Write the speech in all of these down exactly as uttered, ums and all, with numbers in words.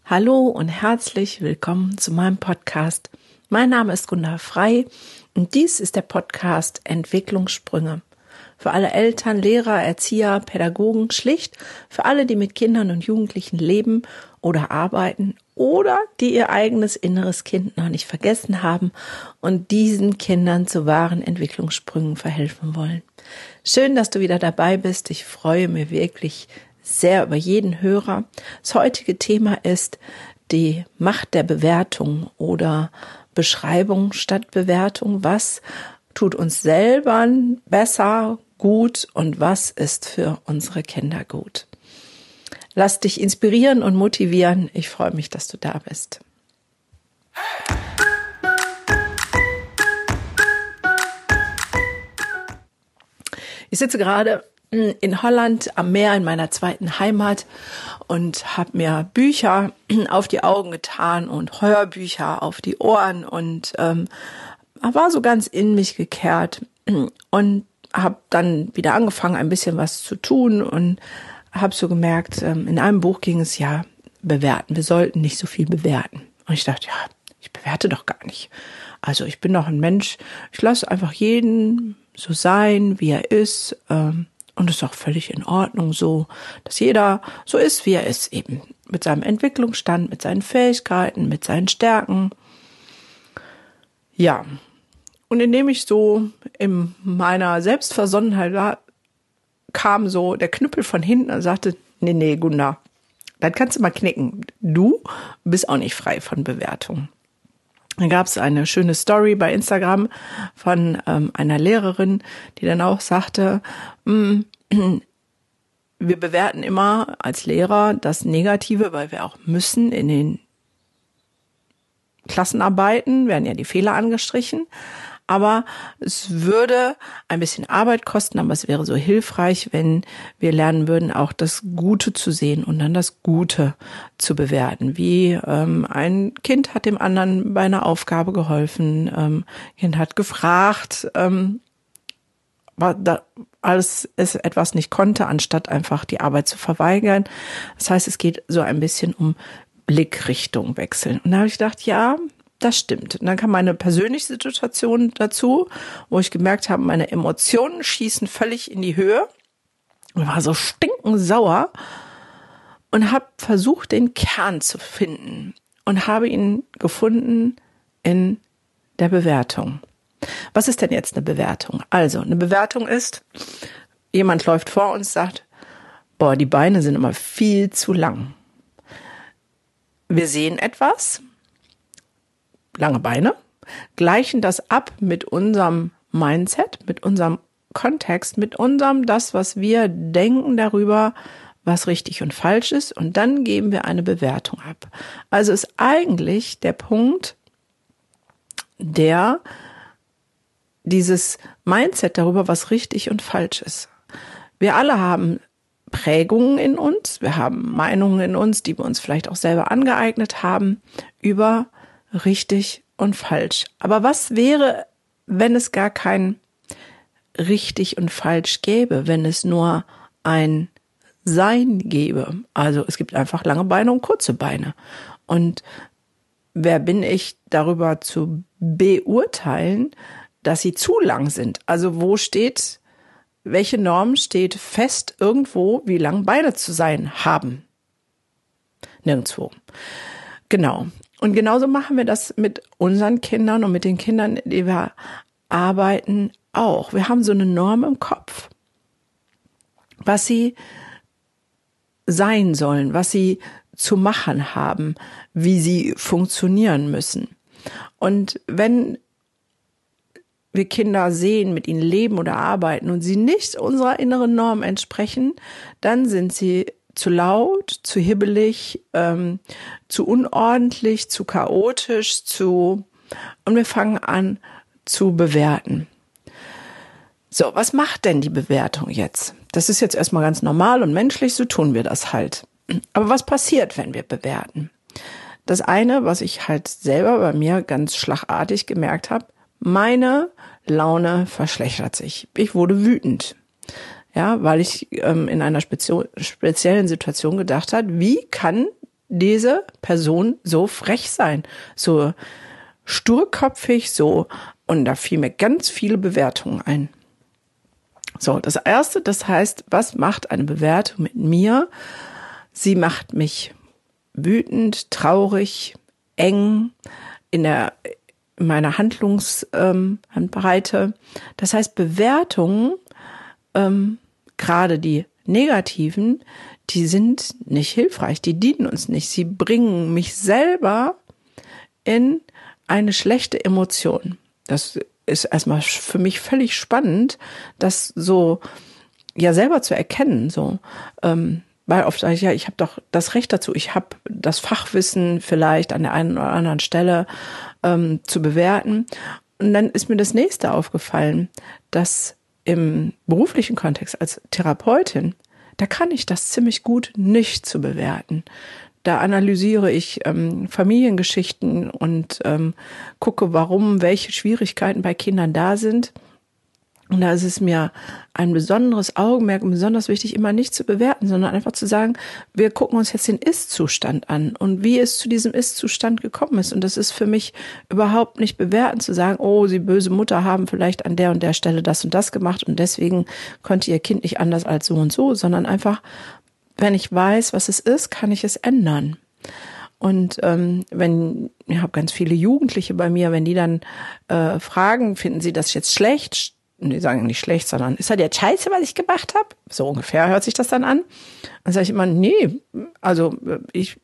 Hallo und herzlich willkommen zu meinem Podcast. Mein Name ist Gunda Frei und dies ist der Podcast Entwicklungssprünge. Für alle Eltern, Lehrer, Erzieher, Pädagogen, schlicht für alle, die mit Kindern und Jugendlichen leben oder arbeiten oder die ihr eigenes inneres Kind noch nicht vergessen haben und diesen Kindern zu wahren Entwicklungssprüngen verhelfen wollen. Schön, dass du wieder dabei bist. Ich freue mich wirklich sehr über jeden Hörer. Das heutige Thema ist die Macht der Bewertung oder Beschreibung statt Bewertung. Was tut uns selber besser, gut und was ist für unsere Kinder gut? Lass dich inspirieren und motivieren. Ich freue mich, dass du da bist. Ich sitze gerade in Holland am Meer in meiner zweiten Heimat und habe mir Bücher auf die Augen getan und Hörbücher auf die Ohren und ähm, war so ganz in mich gekehrt und habe dann wieder angefangen, ein bisschen was zu tun und habe so gemerkt, ähm, in einem Buch ging es ja bewerten. Wir sollten nicht so viel bewerten. Und ich dachte, ja, ich bewerte doch gar nicht. Also ich bin doch ein Mensch, ich lasse einfach jeden so sein, wie er ist, ähm, und es ist auch völlig in Ordnung so, dass jeder so ist, wie er ist, eben mit seinem Entwicklungsstand, mit seinen Fähigkeiten, mit seinen Stärken. Ja, und indem ich so in meiner Selbstversonnenheit war, kam so der Knüppel von hinten und sagte, nee, nee, Gunda, das kannst du mal knicken. Du bist auch nicht frei von Bewertung. Dann gab es eine schöne Story bei Instagram von ähm, einer Lehrerin, die dann auch sagte, mm, wir bewerten immer als Lehrer das Negative, weil wir auch müssen. In den Klassenarbeiten werden ja die Fehler angestrichen. Aber es würde ein bisschen Arbeit kosten, aber es wäre so hilfreich, wenn wir lernen würden, auch das Gute zu sehen und dann das Gute zu bewerten. Wie ähm, ein Kind hat dem anderen bei einer Aufgabe geholfen, ähm, Kind hat gefragt, ähm, was da alles es etwas nicht konnte, anstatt einfach die Arbeit zu verweigern. Das heißt, es geht so ein bisschen um Blickrichtung wechseln. Und da habe ich gedacht, ja, das stimmt. Und dann kam meine persönliche Situation dazu, wo ich gemerkt habe, meine Emotionen schießen völlig in die Höhe. Ich war so stinkend sauer und habe versucht, den Kern zu finden und habe ihn gefunden in der Bewertung. Was ist denn jetzt eine Bewertung? Also, eine Bewertung ist, jemand läuft vor uns, sagt, boah, die Beine sind immer viel zu lang. Wir sehen etwas, lange Beine, gleichen das ab mit unserem Mindset, mit unserem Kontext, mit unserem, das, was wir denken darüber, was richtig und falsch ist, und dann geben wir eine Bewertung ab. Also ist eigentlich der Punkt, der dieses Mindset darüber, was richtig und falsch ist. Wir alle haben Prägungen in uns, wir haben Meinungen in uns, die wir uns vielleicht auch selber angeeignet haben, über richtig und falsch. Aber was wäre, wenn es gar kein richtig und falsch gäbe, wenn es nur ein Sein gäbe? Also es gibt einfach lange Beine und kurze Beine. Und wer bin ich, darüber zu beurteilen, dass sie zu lang sind? Also wo steht, welche Norm steht fest irgendwo, wie lang Beine zu sein haben? Nirgendwo. Genau. Und genauso machen wir das mit unseren Kindern und mit den Kindern, die wir arbeiten, auch. Wir haben so eine Norm im Kopf, was sie sein sollen, was sie zu machen haben, wie sie funktionieren müssen. Und wenn wir Kinder sehen, mit ihnen leben oder arbeiten und sie nicht unserer inneren Norm entsprechen, dann sind sie zu laut, zu hibbelig, ähm, zu unordentlich, zu chaotisch, zu und wir fangen an zu bewerten. So, was macht denn die Bewertung jetzt? Das ist jetzt erstmal ganz normal und menschlich, so tun wir das halt. Aber was passiert, wenn wir bewerten? Das eine, was ich halt selber bei mir ganz schlagartig gemerkt habe, meine Laune verschlechtert sich. Ich wurde wütend. Ja, weil ich ähm, in einer spezio- speziellen Situation gedacht habe, wie kann diese Person so frech sein, so sturköpfig, so, und da fiel mir ganz viele Bewertungen ein. So, das erste, das heißt, was macht eine Bewertung mit mir? Sie macht mich wütend, traurig, eng in der in meiner Handlungsbreite. Ähm, das heißt, Bewertungen, ähm, gerade die negativen, die sind nicht hilfreich, die dienen uns nicht. Sie bringen mich selber in eine schlechte Emotion. Das ist erstmal für mich völlig spannend, das so ja selber zu erkennen. So, ähm, weil oft sage ich, ja, ich habe doch das Recht dazu, ich habe das Fachwissen vielleicht an der einen oder anderen Stelle ähm, zu bewerten. Und dann ist mir das nächste aufgefallen, dass im beruflichen Kontext als Therapeutin, da kann ich das ziemlich gut nicht zu bewerten. Da analysiere ich ähm, Familiengeschichten und ähm, gucke, warum, welche Schwierigkeiten bei Kindern da sind. Und da ist es mir ein besonderes Augenmerk und besonders wichtig, immer nicht zu bewerten, sondern einfach zu sagen, wir gucken uns jetzt den Ist-Zustand an und wie es zu diesem Ist-Zustand gekommen ist. Und das ist für mich überhaupt nicht bewerten, zu sagen, oh, Sie böse Mutter haben vielleicht an der und der Stelle das und das gemacht und deswegen konnte Ihr Kind nicht anders als so und so, sondern einfach, wenn ich weiß, was es ist, kann ich es ändern. Und ähm, wenn, ich habe ganz viele Jugendliche bei mir, wenn die dann äh, fragen, finden sie das jetzt schlecht? Und die sagen nicht schlecht, sondern ist das jetzt scheiße, was ich gemacht habe? So ungefähr hört sich das dann an. Dann sage ich immer, nee, also ich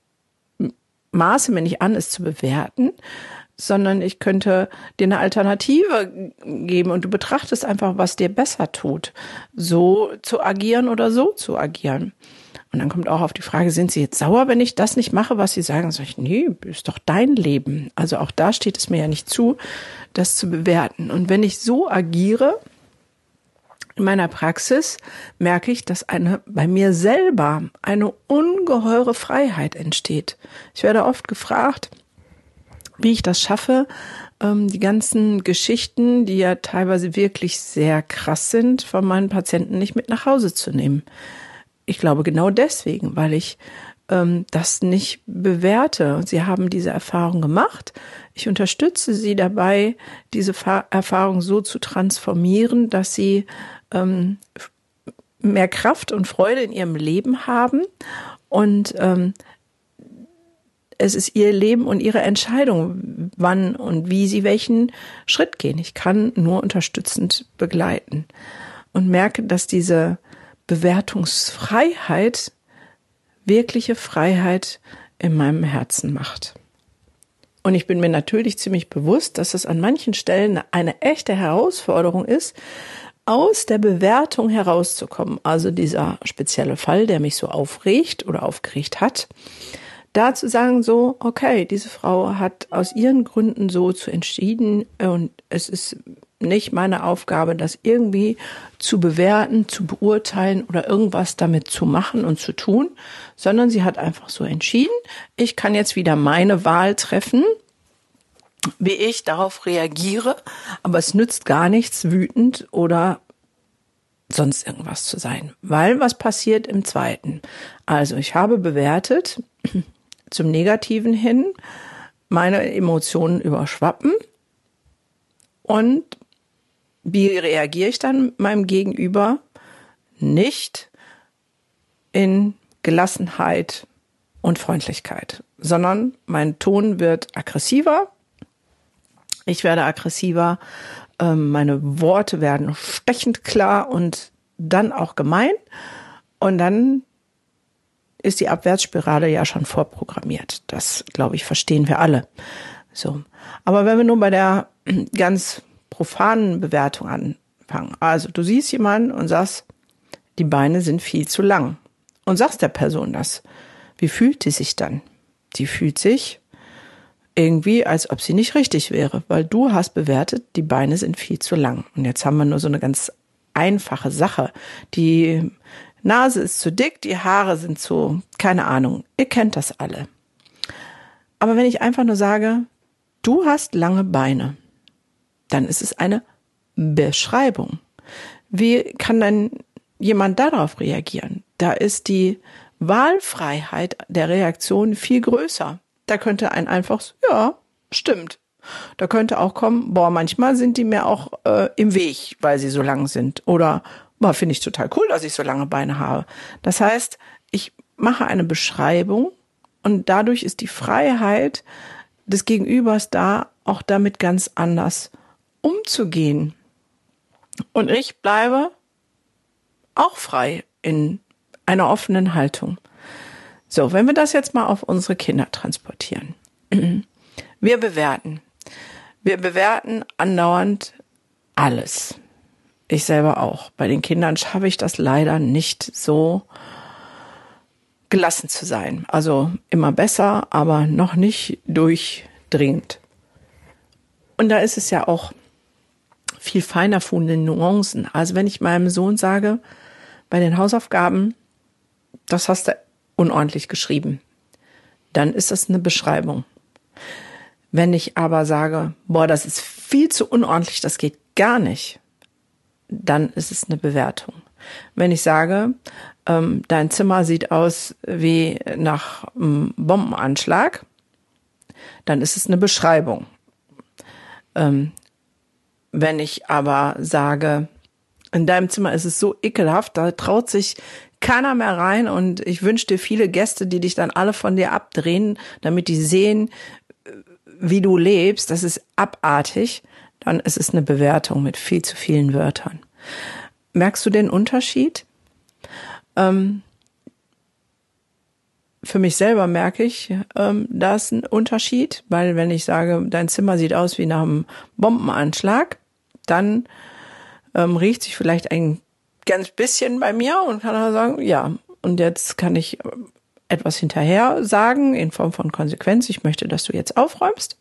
maße mir nicht an, es zu bewerten, sondern ich könnte dir eine Alternative geben und du betrachtest einfach, was dir besser tut, so zu agieren oder so zu agieren. Und dann kommt auch auf die Frage, sind Sie jetzt sauer, wenn ich das nicht mache, was Sie sagen? Dann sage ich, nee, ist doch dein Leben. Also auch da steht es mir ja nicht zu, das zu bewerten. Und wenn ich so agiere in meiner Praxis, merke ich, dass eine bei mir selber eine ungeheure Freiheit entsteht. Ich werde oft gefragt, wie ich das schaffe, die ganzen Geschichten, die ja teilweise wirklich sehr krass sind, von meinen Patienten nicht mit nach Hause zu nehmen. Ich glaube genau deswegen, weil ich ähm, das nicht bewerte. Sie haben diese Erfahrung gemacht. Ich unterstütze Sie dabei, diese Fa- Erfahrung so zu transformieren, dass Sie ähm, mehr Kraft und Freude in Ihrem Leben haben. Und ähm, es ist Ihr Leben und Ihre Entscheidung, wann und wie Sie welchen Schritt gehen. Ich kann nur unterstützend begleiten und merke, dass diese Bewertungsfreiheit wirkliche Freiheit in meinem Herzen macht. Und ich bin mir natürlich ziemlich bewusst, dass es an manchen Stellen eine echte Herausforderung ist, aus der Bewertung herauszukommen. Also dieser spezielle Fall, der mich so aufregt oder aufgeregt hat, da zu sagen so, okay, diese Frau hat aus ihren Gründen so zu entschieden und es ist nicht meine Aufgabe, das irgendwie zu bewerten, zu beurteilen oder irgendwas damit zu machen und zu tun, sondern sie hat einfach so entschieden, ich kann jetzt wieder meine Wahl treffen, wie ich darauf reagiere, aber es nützt gar nichts, wütend oder sonst irgendwas zu sein, weil was passiert im Zweiten? Also ich habe bewertet, zum Negativen hin, meine Emotionen überschwappen und wie reagiere ich dann meinem Gegenüber? Nicht in Gelassenheit und Freundlichkeit, sondern mein Ton wird aggressiver, ich werde aggressiver, meine Worte werden stechend klar und dann auch gemein und dann ist die Abwärtsspirale ja schon vorprogrammiert. Das, glaube ich, verstehen wir alle. So. Aber wenn wir nun bei der ganz profanen Bewertung anfangen. Also du siehst jemanden und sagst, die Beine sind viel zu lang. Und sagst der Person das. Wie fühlt die sich dann? Die fühlt sich irgendwie, als ob sie nicht richtig wäre, weil du hast bewertet, die Beine sind viel zu lang. Und jetzt haben wir nur so eine ganz einfache Sache. Die Nase ist zu dick, die Haare sind zu, keine Ahnung, ihr kennt das alle. Aber wenn ich einfach nur sage, du hast lange Beine, dann ist es eine Beschreibung. Wie kann denn jemand darauf reagieren? Da ist die Wahlfreiheit der Reaktion viel größer. Da könnte ein einfaches, ja, stimmt. Da könnte auch kommen, boah, manchmal sind die mir auch äh, im Weg, weil sie so lang sind. Oder, boah, finde ich total cool, dass ich so lange Beine habe. Das heißt, ich mache eine Beschreibung und dadurch ist die Freiheit des Gegenübers da, auch damit ganz anders umzugehen. Und ich bleibe auch frei in einer offenen Haltung. So, wenn wir das jetzt mal auf unsere Kinder transportieren. Wir bewerten. Wir bewerten andauernd alles. Ich selber auch. Bei den Kindern schaffe ich das leider nicht so gelassen zu sein. Also immer besser, aber noch nicht durchdringend. Und da ist es ja auch viel feiner von den Nuancen. Also wenn ich meinem Sohn sage, bei den Hausaufgaben, das hast du unordentlich geschrieben, dann ist das eine Beschreibung. Wenn ich aber sage, boah, das ist viel zu unordentlich, das geht gar nicht, dann ist es eine Bewertung. Wenn ich sage, ähm, dein Zimmer sieht aus wie nach einem Bombenanschlag, dann ist es eine Beschreibung. Ähm, wenn ich aber sage, in deinem Zimmer ist es so ekelhaft, da traut sich keiner mehr rein und ich wünsche dir viele Gäste, die dich dann alle von dir abdrehen, damit die sehen, wie du lebst, das ist abartig, dann ist es eine Bewertung mit viel zu vielen Wörtern. Merkst du den Unterschied? Ähm, für mich selber merke ich, ähm, da ist ein Unterschied, weil wenn ich sage, dein Zimmer sieht aus wie nach einem Bombenanschlag, dann ähm, riecht sich vielleicht ein ganz bisschen bei mir und kann dann sagen, ja, und jetzt kann ich etwas hinterher sagen in Form von Konsequenz. Ich möchte, dass du jetzt aufräumst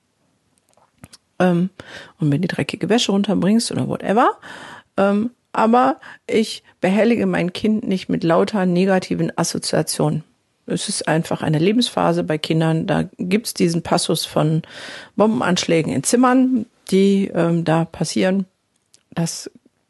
ähm, und mir die dreckige Wäsche runterbringst oder whatever. Ähm, aber ich behellige mein Kind nicht mit lauter negativen Assoziationen. Es ist einfach eine Lebensphase bei Kindern. Da gibt's diesen Passus von Bombenanschlägen in Zimmern, die ähm, da passieren. Das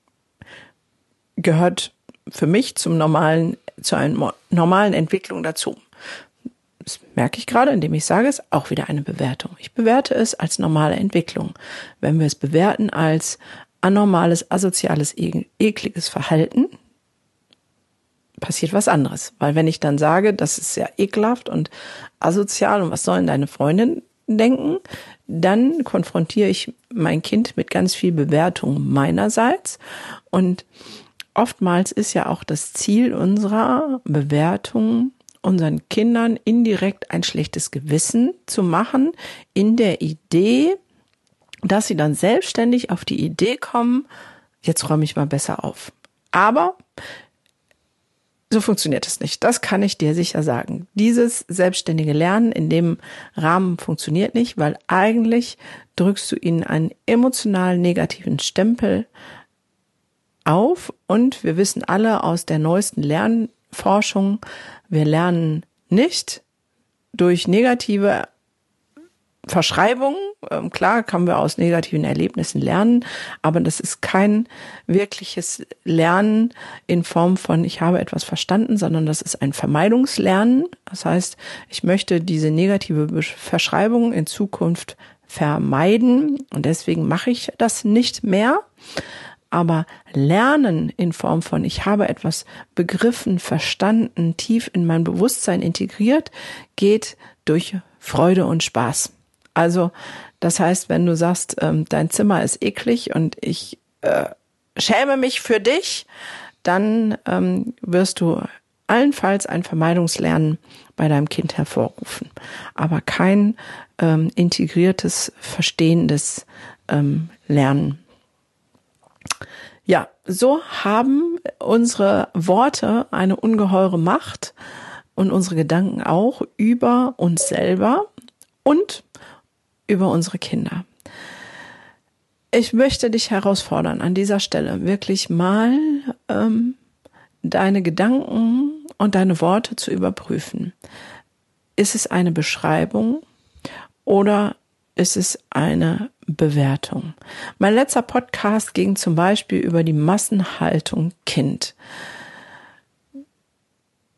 gehört für mich zum normalen, zu einer normalen Entwicklung dazu. Das merke ich gerade, indem ich sage, es ist auch wieder eine Bewertung. Ich bewerte es als normale Entwicklung. Wenn wir es bewerten als anormales, asoziales, ekliges Verhalten, passiert was anderes. Weil wenn ich dann sage, das ist sehr ekelhaft und asozial und was sollen deine Freundinnen denken, dann konfrontiere ich mein Kind mit ganz viel Bewertung meinerseits. Und oftmals ist ja auch das Ziel unserer Bewertung, unseren Kindern indirekt ein schlechtes Gewissen zu machen, in der Idee, dass sie dann selbstständig auf die Idee kommen, jetzt räume ich mal besser auf. Aber so funktioniert es nicht. Das kann ich dir sicher sagen. Dieses selbstständige Lernen in dem Rahmen funktioniert nicht, weil eigentlich drückst du ihnen einen emotional negativen Stempel auf und wir wissen alle aus der neuesten Lernforschung, wir lernen nicht durch negative Verschreibungen. Ähm, klar können wir aus negativen Erlebnissen lernen, aber das ist kein wirkliches Lernen in Form von ich habe etwas verstanden, sondern das ist ein Vermeidungslernen. Das heißt, ich möchte diese negative Verschreibung in Zukunft vermeiden und deswegen mache ich das nicht mehr. Aber Lernen in Form von ich habe etwas begriffen, verstanden, tief in mein Bewusstsein integriert, geht durch Freude und Spaß. Also das heißt, wenn du sagst, ähm, dein Zimmer ist eklig und ich äh, schäme mich für dich, dann ähm, wirst du allenfalls ein Vermeidungslernen bei deinem Kind hervorrufen, aber kein ähm, integriertes, verstehendes ähm, Lernen. Ja, so haben unsere Worte eine ungeheure Macht und unsere Gedanken auch über uns selber und über unsere Kinder. Ich möchte dich herausfordern, an dieser Stelle wirklich mal ähm, deine Gedanken und deine Worte zu überprüfen. Ist es eine Beschreibung oder ist es eine Bewertung? Mein letzter Podcast ging zum Beispiel über die Massenhaltung Kind.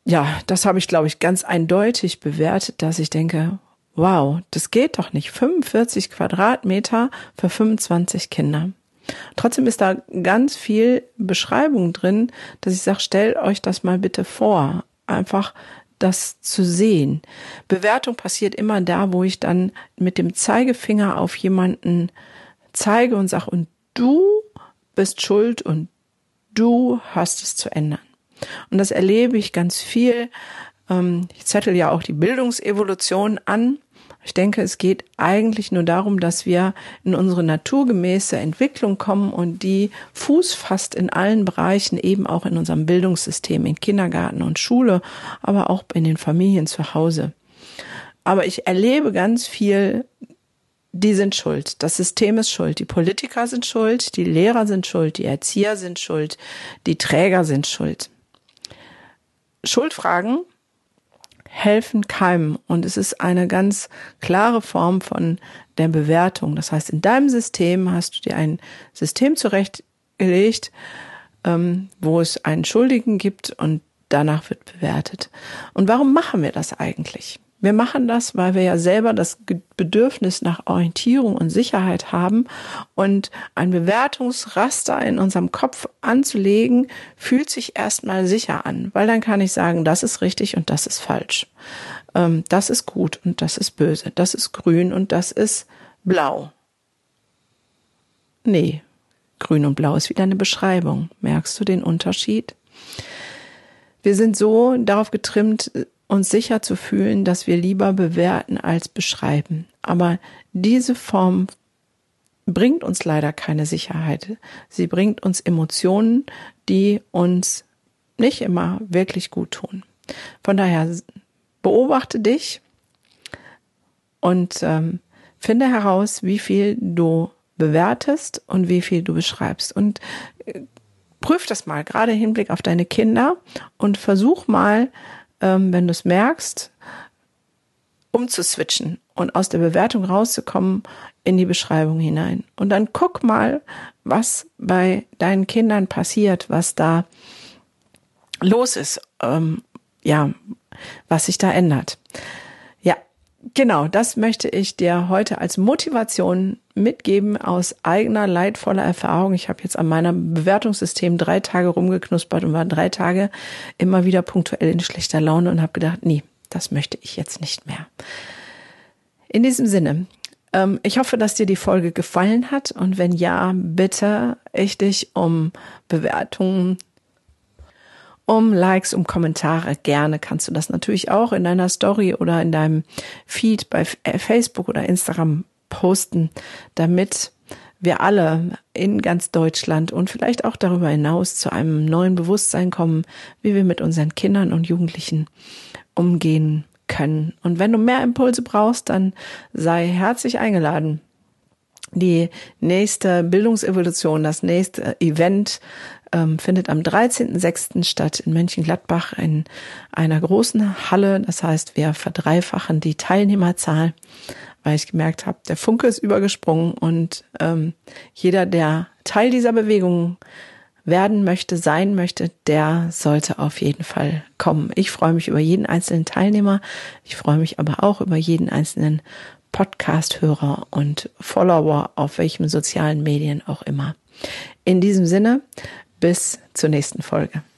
ja, das habe ich, glaube ich, ganz eindeutig bewertet, dass ich denke, wow, das geht doch nicht. fünfundvierzig Quadratmeter für fünfundzwanzig Kinder. Trotzdem ist da ganz viel Beschreibung drin, dass ich sage, stellt euch das mal bitte vor, einfach das zu sehen. Bewertung passiert immer da, wo ich dann mit dem Zeigefinger auf jemanden zeige und sage, und du bist schuld und du hast es zu ändern. Und das erlebe ich ganz viel. Ich zettel ja auch die Bildungsevolution an. Ich denke, es geht eigentlich nur darum, dass wir in unsere naturgemäße Entwicklung kommen und die Fuß fasst in allen Bereichen, eben auch in unserem Bildungssystem, in Kindergarten und Schule, aber auch in den Familien zu Hause. Aber ich erlebe ganz viel, die sind schuld. Das System ist schuld. Die Politiker sind schuld, die Lehrer sind schuld, die Erzieher sind schuld, die Träger sind schuld. Schuldfragen helfen keinem und es ist eine ganz klare Form von der Bewertung. Das heißt, in deinem System hast du dir ein System zurechtgelegt, ähm, wo es einen Schuldigen gibt und danach wird bewertet. Und warum machen wir das eigentlich? Wir machen das, weil wir ja selber das Bedürfnis nach Orientierung und Sicherheit haben und ein Bewertungsraster in unserem Kopf anzulegen, fühlt sich erstmal sicher an, weil dann kann ich sagen, das ist richtig und das ist falsch. Ähm, das ist gut und das ist böse, das ist grün und das ist blau. Nee, grün und blau ist wieder eine Beschreibung. Merkst du den Unterschied? Wir sind so darauf getrimmt, uns sicher zu fühlen, dass wir lieber bewerten als beschreiben. Aber diese Form bringt uns leider keine Sicherheit. Sie bringt uns Emotionen, die uns nicht immer wirklich gut tun. Von daher beobachte dich und ähm, finde heraus, wie viel du bewertest und wie viel du beschreibst. Und äh, prüf das mal, gerade im Hinblick auf deine Kinder und versuch mal, wenn du es merkst, umzuswitchen und aus der Bewertung rauszukommen in die Beschreibung hinein. Und dann guck mal, was bei deinen Kindern passiert, was da los ist, ähm, ja, was sich da ändert. Ja, genau, das möchte ich dir heute als Motivation mitgeben aus eigener leidvoller Erfahrung. Ich habe jetzt an meinem Bewertungssystem drei Tage rumgeknuspert und war drei Tage immer wieder punktuell in schlechter Laune und habe gedacht, nee, das möchte ich jetzt nicht mehr. In diesem Sinne, ähm, ich hoffe, dass dir die Folge gefallen hat und wenn ja, bitte ich dich um Bewertungen, um Likes, um Kommentare. Gerne kannst du das natürlich auch in deiner Story oder in deinem Feed bei Facebook oder Instagram posten, damit wir alle in ganz Deutschland und vielleicht auch darüber hinaus zu einem neuen Bewusstsein kommen, wie wir mit unseren Kindern und Jugendlichen umgehen können. Und wenn du mehr Impulse brauchst, dann sei herzlich eingeladen. Die nächste Bildungsevolution, das nächste Event ähm, findet am dreizehnten sechsten statt in Mönchengladbach in einer großen Halle. Das heißt, wir verdreifachen die Teilnehmerzahl, weil ich gemerkt habe, der Funke ist übergesprungen und ähm, jeder, der Teil dieser Bewegung werden möchte, sein möchte, der sollte auf jeden Fall kommen. Ich freue mich über jeden einzelnen Teilnehmer. Ich freue mich aber auch über jeden einzelnen Podcast-Hörer und Follower auf welchen sozialen Medien auch immer. In diesem Sinne, bis zur nächsten Folge.